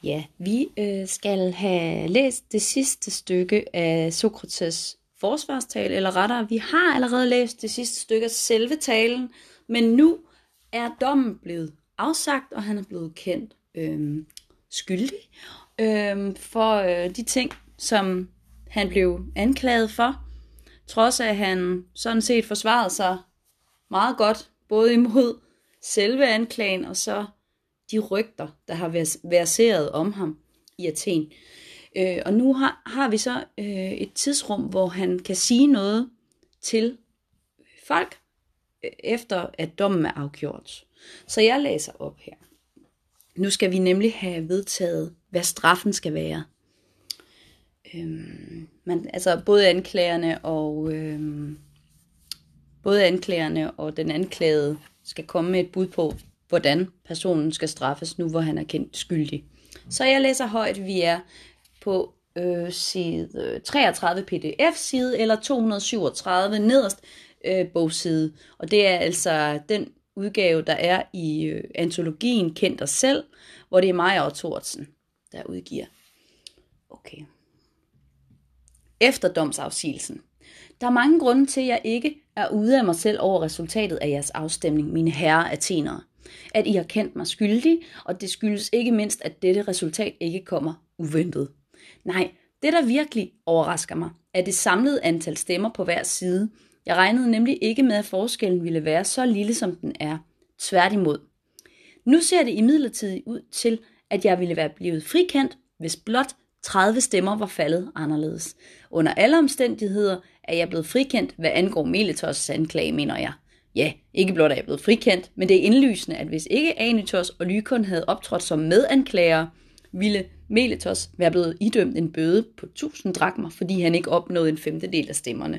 Ja, vi skal have læst det sidste stykke af Sokrates forsvarstale, eller rettere, vi har allerede læst det sidste stykke af selve talen, men nu er dommen blevet afsagt, og han er blevet kendt skyldig for de ting, som han blev anklaget for, trods at han sådan set forsvarede sig meget godt, både imod selve anklagen og så de rygter, der har verseret om ham i Athen. Og nu har vi så et tidsrum, hvor han kan sige noget til folk, efter at dommen er afgjort. Så jeg læser op her. Nu skal vi nemlig have vedtaget, hvad straffen skal være. Altså både anklagerne og den anklagede skal komme med et bud på, hvordan personen skal straffes nu, hvor han er kendt skyldig. Så jeg læser højt, vi er på side 33 pdf-side eller 237 nederst bogside. Og det er altså den udgave, der er i antologien Kend dig selv, hvor det er mig og Thorsen, der udgiver. Okay. Efter domsafsigelsen. Der er mange grunde til, at jeg ikke er ude af mig selv over resultatet af jeres afstemning, mine herrer athenere. At I har kendt mig skyldig, og det skyldes ikke mindst, at dette resultat ikke kommer uventet. Nej, det der virkelig overrasker mig, er det samlede antal stemmer på hver side. Jeg regnede nemlig ikke med, at forskellen ville være så lille, som den er. Tværtimod. Nu ser det imidlertid ud til, at jeg ville være blevet frikendt, hvis blot 30 stemmer var faldet anderledes. Under alle omstændigheder er jeg blevet frikendt, hvad angår Meletos' anklage, mener jeg. Ja, ikke blot er jeg blevet frikendt, men det er indlysende, at hvis ikke Anytos og Lykon havde optrådt som medanklagere, ville Meletos være blevet idømt en bøde på 1000 drakmer, fordi han ikke opnåede en femtedel af stemmerne.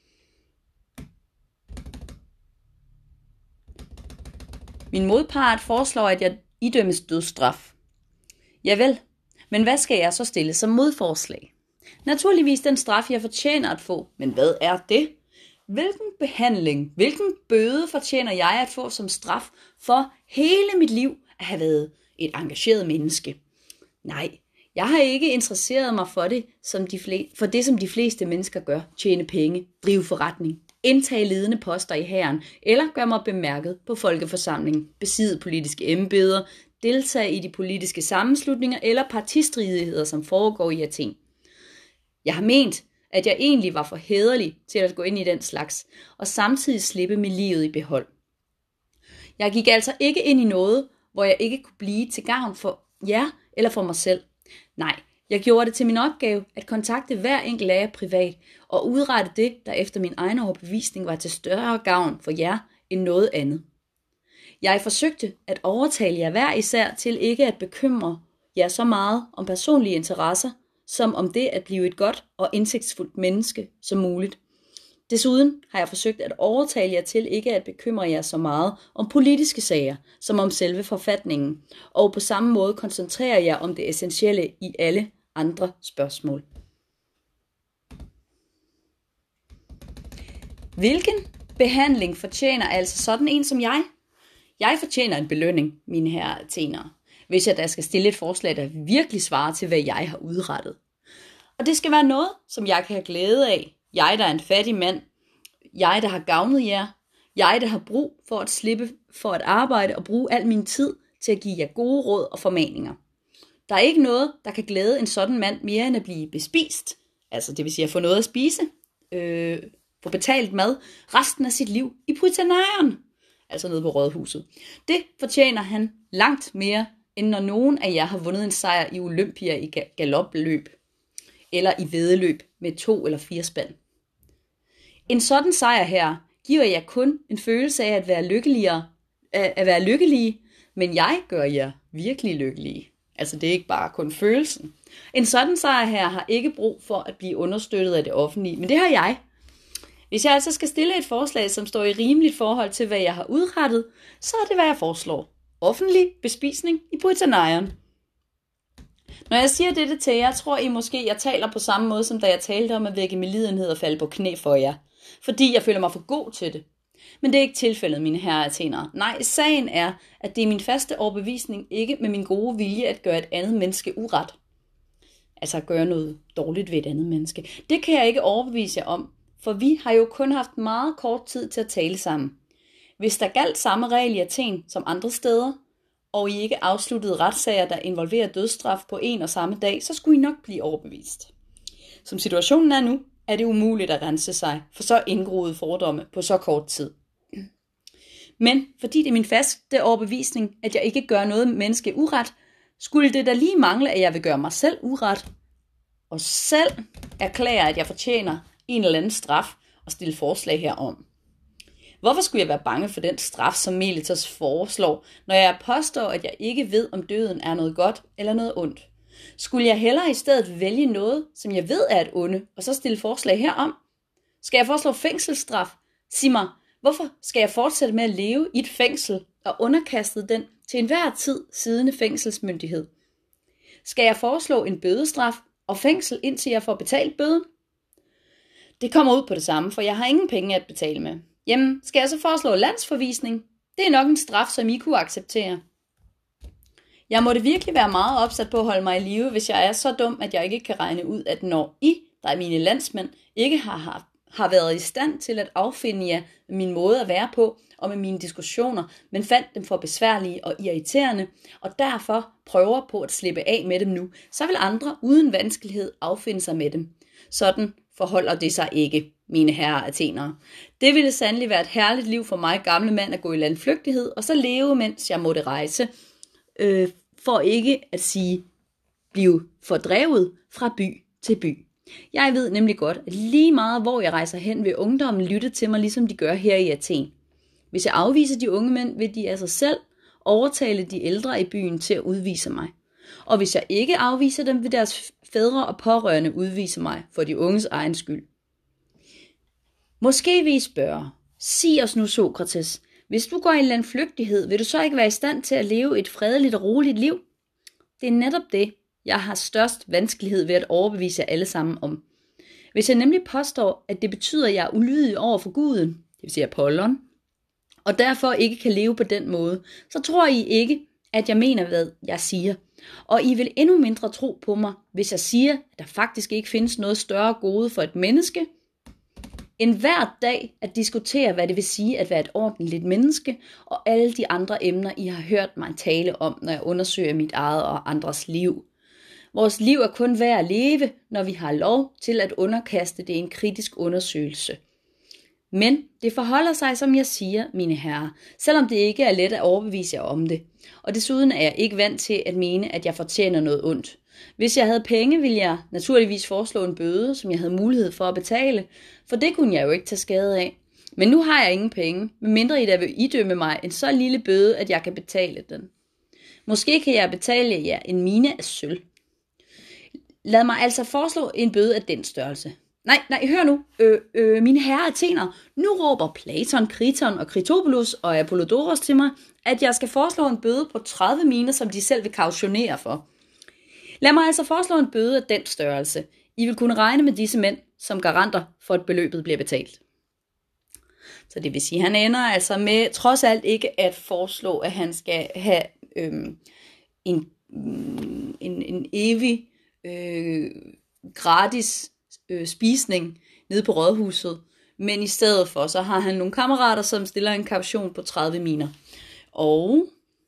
Min modpart foreslår, at jeg idømmes dødsstraf. Javel, men hvad skal jeg så stille som modforslag? Naturligvis den straf, jeg fortjener at få. Men hvad er det? Hvilken behandling, hvilken bøde fortjener jeg at få som straf for hele mit liv at have været et engageret menneske? Nej, jeg har ikke interesseret mig for det, som de fleste mennesker gør. Tjene penge, drive forretning, indtage ledende poster i hæren, eller gøre mig bemærket på folkeforsamlingen, besidde politiske embeder, deltage i de politiske sammenslutninger eller partistridigheder, som foregår i Athen. Jeg har ment, at jeg egentlig var for hæderlig til at gå ind i den slags, og samtidig slippe med livet i behold. Jeg gik altså ikke ind i noget, hvor jeg ikke kunne blive til gavn for jer eller for mig selv. Nej, jeg gjorde det til min opgave at kontakte hver enkelt af jer privat, og udrette det, der efter min egen overbevisning var til større gavn for jer end noget andet. Jeg forsøgte at overtale jer hver især til ikke at bekymre jer så meget om personlige interesser, som om det at blive et godt og indsigtsfuldt menneske som muligt. Desuden har jeg forsøgt at overtale jer til ikke at bekymre jer så meget om politiske sager, som om selve forfatningen, og på samme måde koncentrere jer om det essentielle i alle andre spørgsmål. Hvilken behandling fortjener altså sådan en som jeg? Jeg fortjener en belønning, mine herrer athenere, hvis jeg da skal stille et forslag, der virkelig svarer til, hvad jeg har udrettet. Og det skal være noget, som jeg kan have glæde af. Jeg, der er en fattig mand. Jeg, der har gavnet jer. Jeg, der har brug for at slippe for at arbejde og bruge al min tid til at give jer gode råd og formaninger. Der er ikke noget, der kan glæde en sådan mand mere end at blive bespist. Altså det vil sige at få noget at spise. Få betalt mad resten af sit liv i Prytaneion. Altså nede på rådhuset. Det fortjener han langt mere, end når nogen af jer har vundet en sejr i Olympia i galopløb, eller i væddeløb med 2 eller 4 spand. En sådan sejr her giver jer kun en følelse af at være lykkelige, men jeg gør jer virkelig lykkelige. Altså det er ikke bare kun følelsen. En sådan sejr her har ikke brug for at blive understøttet af det offentlige, men det har jeg. Hvis jeg altså skal stille et forslag, som står i rimeligt forhold til, hvad jeg har udrettet, så er det, hvad jeg foreslår. Offentlig bespisning i Prytaneion. Når jeg siger dette til jer, tror I måske, jeg taler på samme måde, som da jeg talte om at vække medlidenhed og falde på knæ for jer. Fordi jeg føler mig for god til det. Men det er ikke tilfældet, mine herrer athenere. Nej, sagen er, at det er min faste overbevisning ikke med min gode vilje at gøre et andet menneske uret. Altså at gøre noget dårligt ved et andet menneske. Det kan jeg ikke overbevise jer om, for vi har jo kun haft meget kort tid til at tale sammen. Hvis der galt samme regel i Athen som andre steder, og I ikke afsluttede retssager, der involverer dødsstraf på en og samme dag, så skulle I nok blive overbevist. Som situationen er nu, er det umuligt at rense sig for så indgroede fordomme på så kort tid. Men fordi det er min faste overbevisning, at jeg ikke gør noget menneske uret, skulle det da lige mangle, at jeg vil gøre mig selv uret, og selv erklære, at jeg fortjener en eller anden straf og stille forslag herom. Hvorfor skulle jeg være bange for den straf, som Meletos foreslår, når jeg påstår, at jeg ikke ved, om døden er noget godt eller noget ondt? Skulle jeg hellere i stedet vælge noget, som jeg ved er et onde, og så stille forslag herom? Skal jeg foreslå fængselsstraf? Sig mig, hvorfor skal jeg fortsætte med at leve i et fængsel og underkastet den til enhver tid siddende fængselsmyndighed? Skal jeg foreslå en bødestraf og fængsel, indtil jeg får betalt bøden? Det kommer ud på det samme, for jeg har ingen penge at betale med. Jamen, skal jeg så foreslå landsforvisning? Det er nok en straf, som I kunne acceptere. Jeg måtte virkelig være meget opsat på at holde mig i live, hvis jeg er så dum, at jeg ikke kan regne ud, at når I, der er mine landsmænd, ikke har været i stand til at affinde jer med min måde at være på og med mine diskussioner, men fandt dem for besværlige og irriterende, og derfor prøver på at slippe af med dem nu, så vil andre uden vanskelighed affinde sig med dem. Sådan forholder det sig ikke, mine herrer athenere. Det ville sandelig være et herligt liv for mig, gamle mand, at gå i landflygtighed, og så leve, mens jeg måtte rejse, for ikke at sige blive fordrevet fra by til by. Jeg ved nemlig godt, at lige meget hvor jeg rejser hen, vil ungdommen lytte til mig, ligesom de gør her i Athen. Hvis jeg afviser de unge mænd, vil de af sig selv overtale de ældre i byen til at udvise mig. Og hvis jeg ikke afviser dem, vil deres fædre og pårørende udvise mig for de unges egen skyld. Måske vil I spørge, sig os nu Sokrates, hvis du går i landflygtighed, vil du så ikke være i stand til at leve et fredeligt og roligt liv? Det er netop det, jeg har størst vanskelighed ved at overbevise jer alle sammen om. Hvis jeg nemlig påstår, at det betyder, at jeg er ulydig over for guden, det vil sige Apollon, og derfor ikke kan leve på den måde, så tror I ikke, at jeg mener, hvad jeg siger. Og I vil endnu mindre tro på mig, hvis jeg siger, at der faktisk ikke findes noget større gode for et menneske, end hver dag at diskutere, hvad det vil sige at være et ordentligt menneske, og alle de andre emner, I har hørt mig tale om, når jeg undersøger mit eget og andres liv. Vores liv er kun værd at leve, når vi har lov til at underkaste det en kritisk undersøgelse. Men det forholder sig, som jeg siger, mine herrer, selvom det ikke er let at overbevise jer om det. Og desuden er jeg ikke vant til at mene, at jeg fortjener noget ondt. Hvis jeg havde penge, ville jeg naturligvis foreslå en bøde, som jeg havde mulighed for at betale, for det kunne jeg jo ikke tage skade af. Men nu har jeg ingen penge, medmindre I da vil idømme mig en så lille bøde, at jeg kan betale den. Måske kan jeg betale jer en mine af sølv. Lad mig altså foreslå en bøde af den størrelse. Nej, hør nu, mine herrer athenere, nu råber Platon, Kriton og Kritobulus og Apollodoros til mig, at jeg skal foreslå en bøde på 30 miner, som de selv vil kautionere for. Lad mig altså foreslå en bøde af den størrelse. I vil kunne regne med disse mænd som garanter for, at beløbet bliver betalt. Så det vil sige, at han ender altså med trods alt ikke at foreslå, at han skal have en evig gratis spisning nede på rådhuset. Men i stedet for, så har han nogle kammerater, som stiller en kaution på 30 miner. Og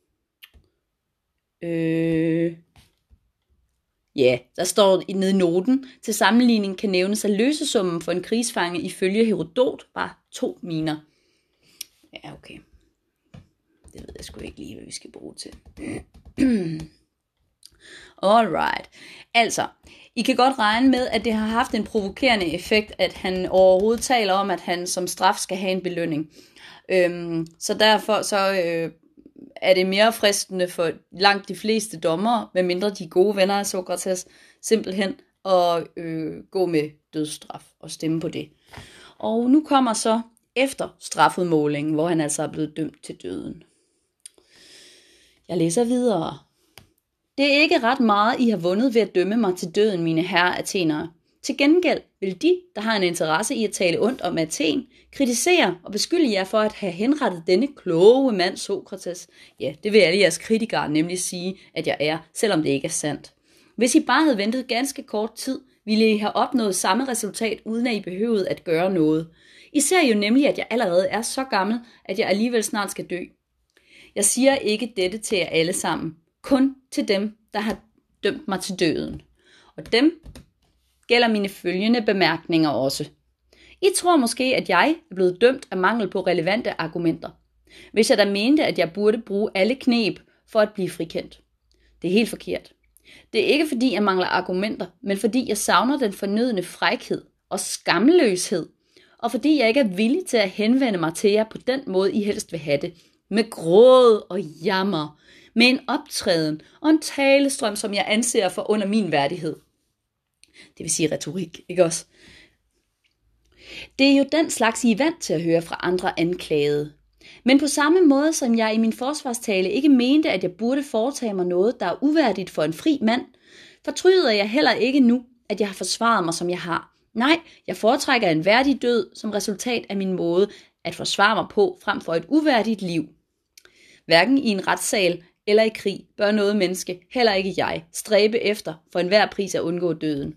der står nede i noten, til sammenligning kan nævnes, at løsesummen for en krigsfange ifølge Herodot var 2 miner. Ja, okay. Det ved jeg sgu ikke lige, hvad vi skal bruge til. Alright. Altså, I kan godt regne med, at det har haft en provokerende effekt, at han overhovedet taler om, at han som straf skal have en belønning. Så derfor så er det mere fristende for langt de fleste dommere, medmindre de er gode venner af Sokrates, simpelthen at gå med dødsstraf og stemme på det. Og nu kommer så efter strafudmålingen, hvor han altså er blevet dømt til døden. Jeg læser videre. Det er ikke ret meget, I har vundet ved at dømme mig til døden, mine herrer athenere. Til gengæld vil de, der har en interesse i at tale ondt om Athen, kritisere og beskylde jer for at have henrettet denne kloge mand Sokrates. Ja, det vil alle jeres kritikere nemlig sige, at jeg er, selvom det ikke er sandt. Hvis I bare havde ventet ganske kort tid, ville I have opnået samme resultat, uden at I behøvede at gøre noget. I ser jo nemlig, at jeg allerede er så gammel, at jeg alligevel snart skal dø. Jeg siger ikke dette til jer alle sammen, kun til dem, der har dømt mig til døden. Og dem gælder mine følgende bemærkninger også. I tror måske, at jeg er blevet dømt af mangel på relevante argumenter, hvis jeg da mente, at jeg burde bruge alle kneb for at blive frikendt. Det er helt forkert. Det er ikke fordi, jeg mangler argumenter, men fordi jeg savner den fornødne frækhed og skamløshed, og fordi jeg ikke er villig til at henvende mig til jer på den måde, I helst vil have det, med gråd og jammer, med en optræden og en talestrøm, som jeg anser for under min værdighed. Det vil sige retorik, ikke også? Det er jo den slags, I er vant til at høre fra andre anklagede. Men på samme måde, som jeg i min forsvarstale ikke mente, at jeg burde foretage mig noget, der er uværdigt for en fri mand, fortryder jeg heller ikke nu, at jeg har forsvaret mig, som jeg har. Nej, jeg foretrækker en værdig død som resultat af min måde at forsvare mig på, frem for et uværdigt liv. Hverken i en retssal eller i krig bør noget menneske, heller ikke jeg, stræbe efter for enhver pris at undgå døden.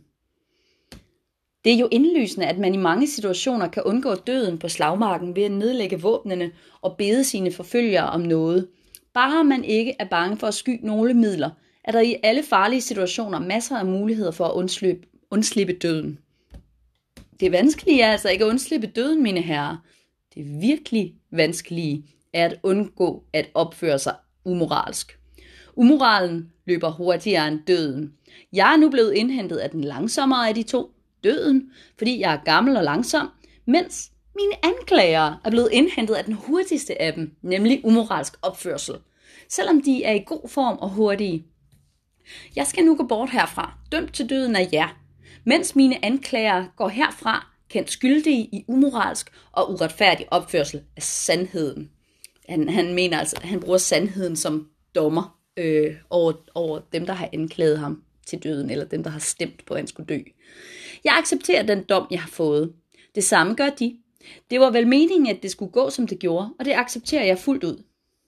Det er jo indlysende, at man i mange situationer kan undgå døden på slagmarken ved at nedlægge våbnene og bede sine forfølgere om noget. Bare man ikke er bange for at sky nogle midler, er der i alle farlige situationer masser af muligheder for at undslippe døden. Det vanskelige er altså ikke at undslippe døden, mine herrer. Det virkelig vanskelige er at undgå at opføre sig umoralsk. Umoralen løber hurtigere end døden. Jeg er nu blevet indhentet af den langsommere af de to, døden, fordi jeg er gammel og langsom, mens mine anklagere er blevet indhentet af den hurtigste af dem, nemlig umoralsk opførsel, selvom de er i god form og hurtige. Jeg skal nu gå bort herfra, dømt til døden af jer, mens mine anklagere går herfra, kendt skyldige i umoralsk og uretfærdig opførsel af sandheden. Han mener altså, at han bruger sandheden som dommer over dem, der har anklaget ham til døden, eller dem, der har stemt på, at han skulle dø. Jeg accepterer den dom, jeg har fået. Det samme gør de. Det var vel meningen, at det skulle gå, som det gjorde, og det accepterer jeg fuldt ud.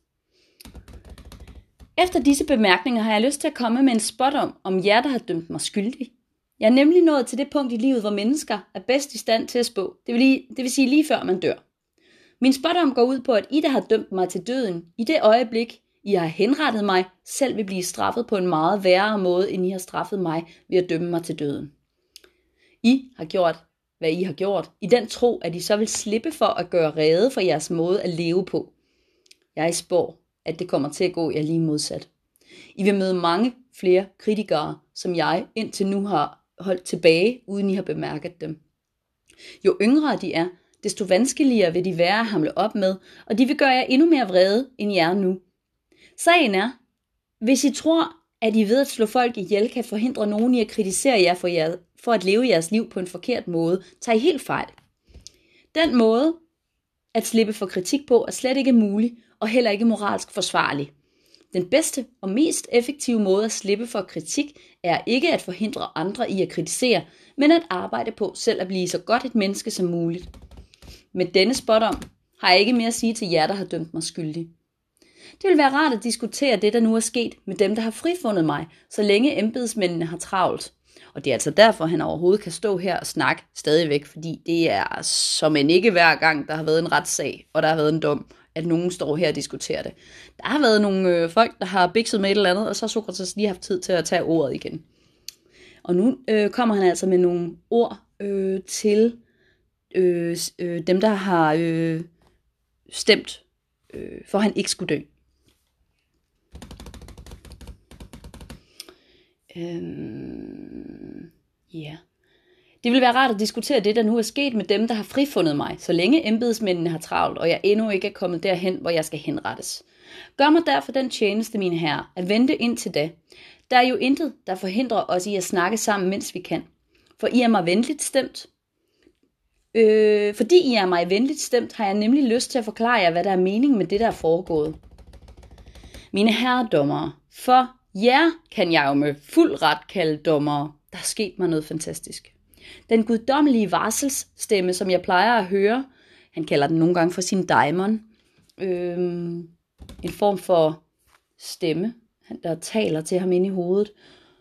Efter disse bemærkninger har jeg lyst til at komme med en spot om jer, der har dømt mig skyldig. Jeg er nemlig nået til det punkt i livet, hvor mennesker er bedst i stand til at spå. Det vil sige lige før man dør. Min spot går ud på, at I, der har dømt mig til døden, i det øjeblik, I har henrettet mig, selv vil blive straffet på en meget værre måde, end I har straffet mig ved at dømme mig til døden. I har gjort, hvad I har gjort, i den tro, at I så vil slippe for at gøre rede for jeres måde at leve på. Jeg spår, at det kommer til at gå jer lige modsat. I vil møde mange flere kritikere, som jeg indtil nu har holdt tilbage, uden I har bemærket dem. Jo yngre de er, desto vanskeligere vil de være at hamle op med, og de vil gøre jer endnu mere vrede, end I er nu. Sagen er, hvis I tror, at I ved at slå folk ihjel kan forhindre nogen i at kritisere jer for at leve jeres liv på en forkert måde, tager I helt fejl. Den måde at slippe for kritik på er slet ikke mulig og heller ikke moralsk forsvarlig. Den bedste og mest effektive måde at slippe for kritik er ikke at forhindre andre i at kritisere, men at arbejde på selv at blive så godt et menneske som muligt. Med denne spot har jeg ikke mere at sige til jer, der har dømt mig skyldig. Det vil være rart at diskutere det, der nu er sket med dem, der har frifundet mig, så længe embedsmændene har travlt. Og det er altså derfor, han overhovedet kan stå her og snakke stadigvæk, fordi det er som en ikke hver gang, der har været en retssag, og der har været en dom, at nogen står her og diskuterer det. Der har været nogle folk, der har bikset med et eller andet, og så har Sokrates lige haft tid til at tage ordet igen. Og nu kommer han altså med nogle ord til dem, der har stemt, for han ikke skulle dø. Det vil være rart at diskutere det, der nu er sket med dem, der har frifundet mig, så længe embedsmændene har travlt, og jeg endnu ikke er kommet derhen, hvor jeg skal henrettes. Gør mig derfor den tjeneste, mine herrer, at vente indtil da. Der er jo intet, der forhindrer os i at snakke sammen, mens vi kan. For I er mig venligt stemt. Fordi I er mig venligt stemt, har jeg nemlig lyst til at forklare jer, hvad der er meningen med det, der er foregået. Mine herredommere, for jer kan jeg jo med fuld ret kalde dommere. Der er sket mig noget fantastisk. Den guddommelige varselsstemme, som jeg plejer at høre, han kalder den nogle gange for sin daimon, en form for stemme, der taler til ham inde i hovedet.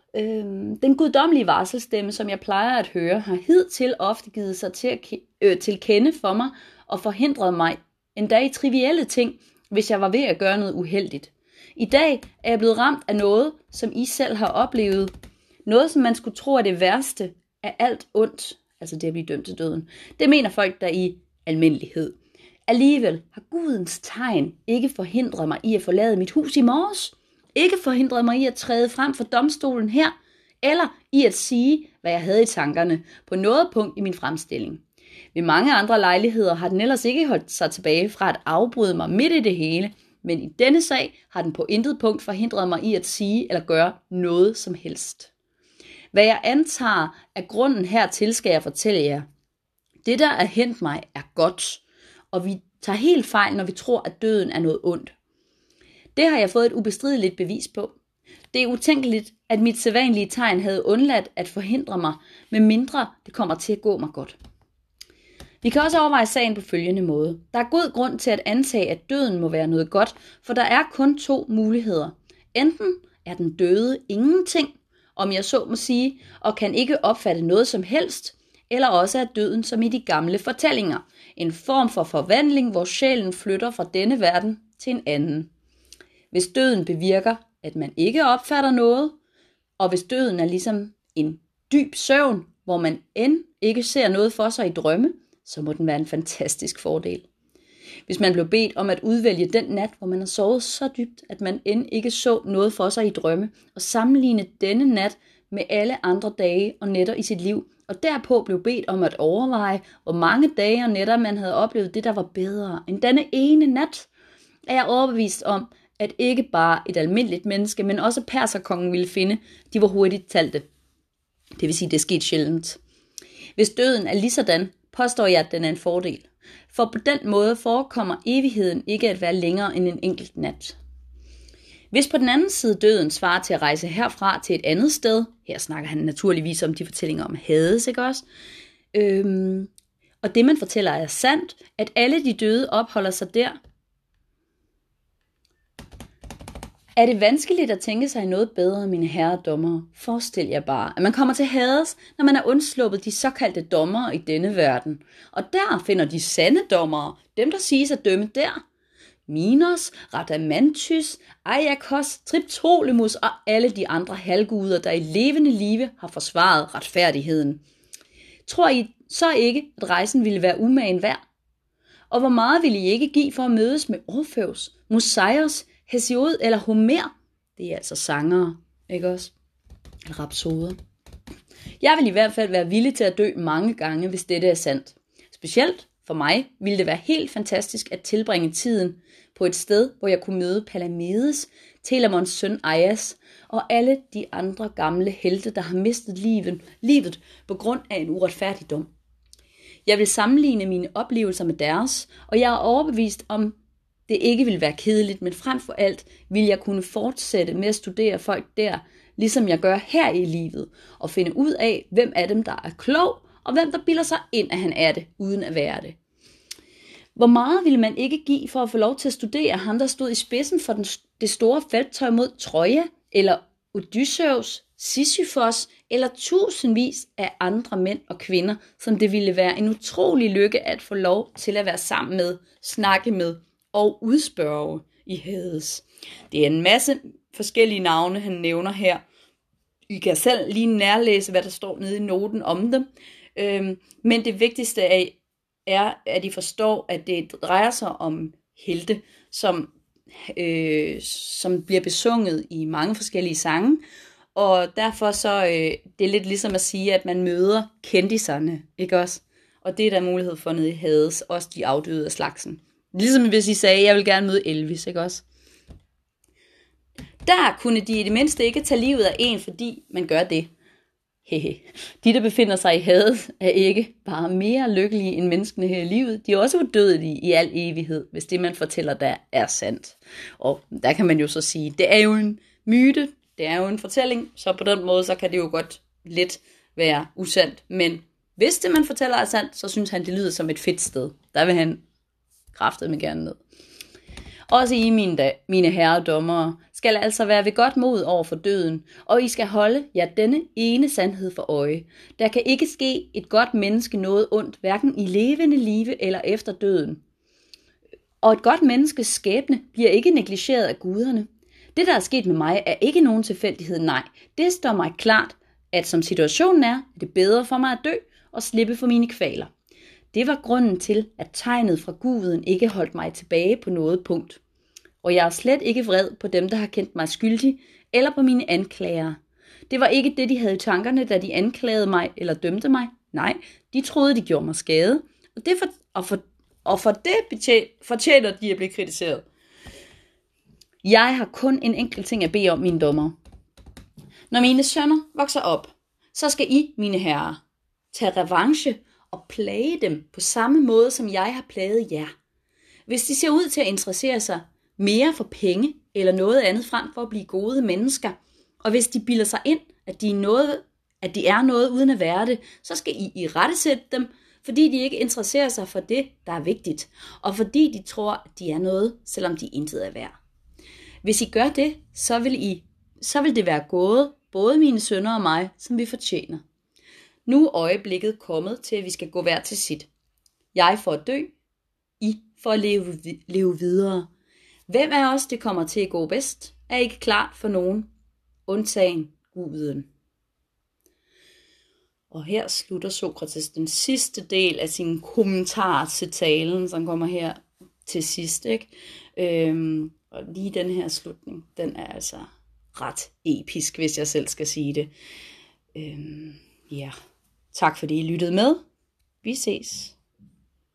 Den guddommelige varselsstemme, som jeg plejer at høre, har hidtil ofte givet sig til kende for mig og forhindret mig endda i trivielle ting, hvis jeg var ved at gøre noget uheldigt. I dag er jeg blevet ramt af noget, som I selv har oplevet. Noget, som man skulle tro er det værste af alt ondt, altså det at blive dømt til døden. Det mener folk der i almindelighed. Alligevel har Gudens tegn ikke forhindret mig i at forlade mit hus i morges, ikke forhindret mig i at træde frem for domstolen her, eller i at sige, hvad jeg havde i tankerne på noget punkt i min fremstilling. Ved mange andre lejligheder har den ellers ikke holdt sig tilbage fra at afbryde mig midt i det hele, men i denne sag har den på intet punkt forhindret mig i at sige eller gøre noget som helst. Hvad jeg antager af grunden hertil, skal jeg fortælle jer. Det, der er hændt mig, er godt, og vi tager helt fejl, når vi tror, at døden er noget ondt. Det har jeg fået et ubestrideligt bevis på. Det er utænkeligt, at mit sædvanlige tegn havde undladt at forhindre mig, medmindre det kommer til at gå mig godt. Vi kan også overveje sagen på følgende måde. Der er god grund til at antage, at døden må være noget godt, for der er kun 2 muligheder. Enten er den døde ingenting, om jeg så må sige, og kan ikke opfatte noget som helst, eller også er døden som i de gamle fortællinger, en form for forvandling, hvor sjælen flytter fra denne verden til en anden. Hvis døden bevirker, at man ikke opfatter noget, og hvis døden er ligesom en dyb søvn, hvor man end ikke ser noget for sig i drømme, så må den være en fantastisk fordel. Hvis man blev bedt om at udvælge den nat, hvor man har sovet så dybt, at man end ikke så noget for sig i drømme, og sammenligne denne nat med alle andre dage og nætter i sit liv, og derpå blev bedt om at overveje, hvor mange dage og nætter man havde oplevet det, der var bedre end denne ene nat, er jeg overbevist om, at ikke bare et almindeligt menneske, men også perserkongen ville finde, de var hurtigt talte. Det vil sige, det skete sjældent. Hvis døden er lige sådan, påstår jeg, at den er en fordel. For på den måde forekommer evigheden ikke at være længere end en enkelt nat. Hvis på den anden side døden svarer til at rejse herfra til et andet sted, her snakker han naturligvis om de fortællinger om Hades, ikke også? Og det man fortæller er sandt, at alle de døde opholder sig der. Er det vanskeligt at tænke sig noget bedre, mine herredommere? Forestil jer bare, at man kommer til Hades, når man er undsluppet de såkaldte dommere i denne verden. Og der finder de sande dommere, dem der siges at dømme der. Minos, Radamanthys, Ajakos, Triptolemus og alle de andre halvguder, der i levende live har forsvaret retfærdigheden. Tror I så ikke, at rejsen ville være umagen værd? Og hvor meget ville I ikke give for at mødes med Orfeus, Musaios, Hesiod eller Homer? Det er altså sangere, ikke også? Eller rapsoder. Jeg vil i hvert fald være villig til at dø mange gange, hvis dette er sandt. Specielt for mig ville det være helt fantastisk at tilbringe tiden på et sted, hvor jeg kunne møde Palamedes, Telamons søn Aias og alle de andre gamle helte, der har mistet livet på grund af en uretfærdigdom. Jeg vil sammenligne mine oplevelser med deres, og jeg er overbevist om, det ikke vil være kedeligt, men frem for alt vil jeg kunne fortsætte med at studere folk der, ligesom jeg gør her i livet, og finde ud af, hvem af dem, der er klog, og hvem der bilder sig ind, at han er det, uden at være det. Hvor meget ville man ikke give for at få lov til at studere ham, der stod i spidsen for det store felttøj mod Troja, eller Odysseus, Sisyfos, eller tusindvis af andre mænd og kvinder, som det ville være en utrolig lykke at få lov til at være sammen med, snakke med og udspørge i Hades. Det er en masse forskellige navne, han nævner her. I kan selv lige nærlæse, hvad der står nede i noten om dem. Men det vigtigste er, at I forstår, at det drejer sig om helte, som bliver besunget i mange forskellige sange. Og derfor så det er lidt ligesom at sige, at man møder kendiserne, ikke også? Og det er der mulighed for nede i Hades, også de afdøde af slagsen. Ligesom hvis I sagde, jeg vil gerne møde Elvis, ikke også? Der kunne de i det mindste ikke tage livet af en, fordi man gør det. Hehe. De, der befinder sig i Hades, er ikke bare mere lykkelige end menneskene her i livet. De er også udødelige i al evighed, hvis det, man fortæller der, er sandt. Og der kan man jo så sige, det er jo en myte, det er jo en fortælling, så på den måde, så kan det jo godt lidt være usandt. Men Hvis det, man fortæller, er sandt, så synes han, det lyder som et fedt sted. Der vil han kraftedeme gerne ned. Også I, mine herredommere, skal altså være ved godt mod over for døden, og I skal holde jer denne ene sandhed for øje. Der kan ikke ske et godt menneske noget ondt, hverken i levende live eller efter døden. Og et godt menneskes skæbne bliver ikke negligeret af guderne. Det, der er sket med mig, er ikke nogen tilfældighed, nej. Det står mig klart, at som situationen er det bedre for mig at dø og slippe for mine kvaler. Det var grunden til, at tegnet fra guden ikke holdt mig tilbage på noget punkt. Og jeg er slet ikke vred på dem, der har kendt mig skyldig, eller på mine anklagere. Det var ikke det, de havde i tankerne, da de anklagede mig eller dømte mig. Nej, de troede, de gjorde mig skade, og for det fortjener de at blive kritiseret. Jeg har kun en enkelt ting at bede om, mine dommer. Når mine sønner vokser op, så skal I, mine herrer, tage revanche og plage dem på samme måde, som jeg har plaget jer. Hvis de ser ud til at interessere sig mere for penge eller noget andet frem for at blive gode mennesker, og hvis de bilder sig ind, at de er noget uden at være det, så skal I irettesætte dem, fordi de ikke interesserer sig for det, der er vigtigt, og fordi de tror, at de er noget, selvom de intet er værd. Hvis I gør det, så vil det være gået, både mine sønner og mig, som vi fortjener. Nu er øjeblikket kommet til, at vi skal gå hver til sit. Jeg for at dø, I for at leve videre. Hvem af os det kommer til at gå bedst, er ikke klart for nogen, undtagen guden. Og her slutter Sokrates den sidste del af sin kommentar til talen, som kommer her til sidst, ikke? Og lige den her slutning, den er altså ret episk, hvis jeg selv skal sige det. Ja, tak fordi I lyttede med. Vi ses.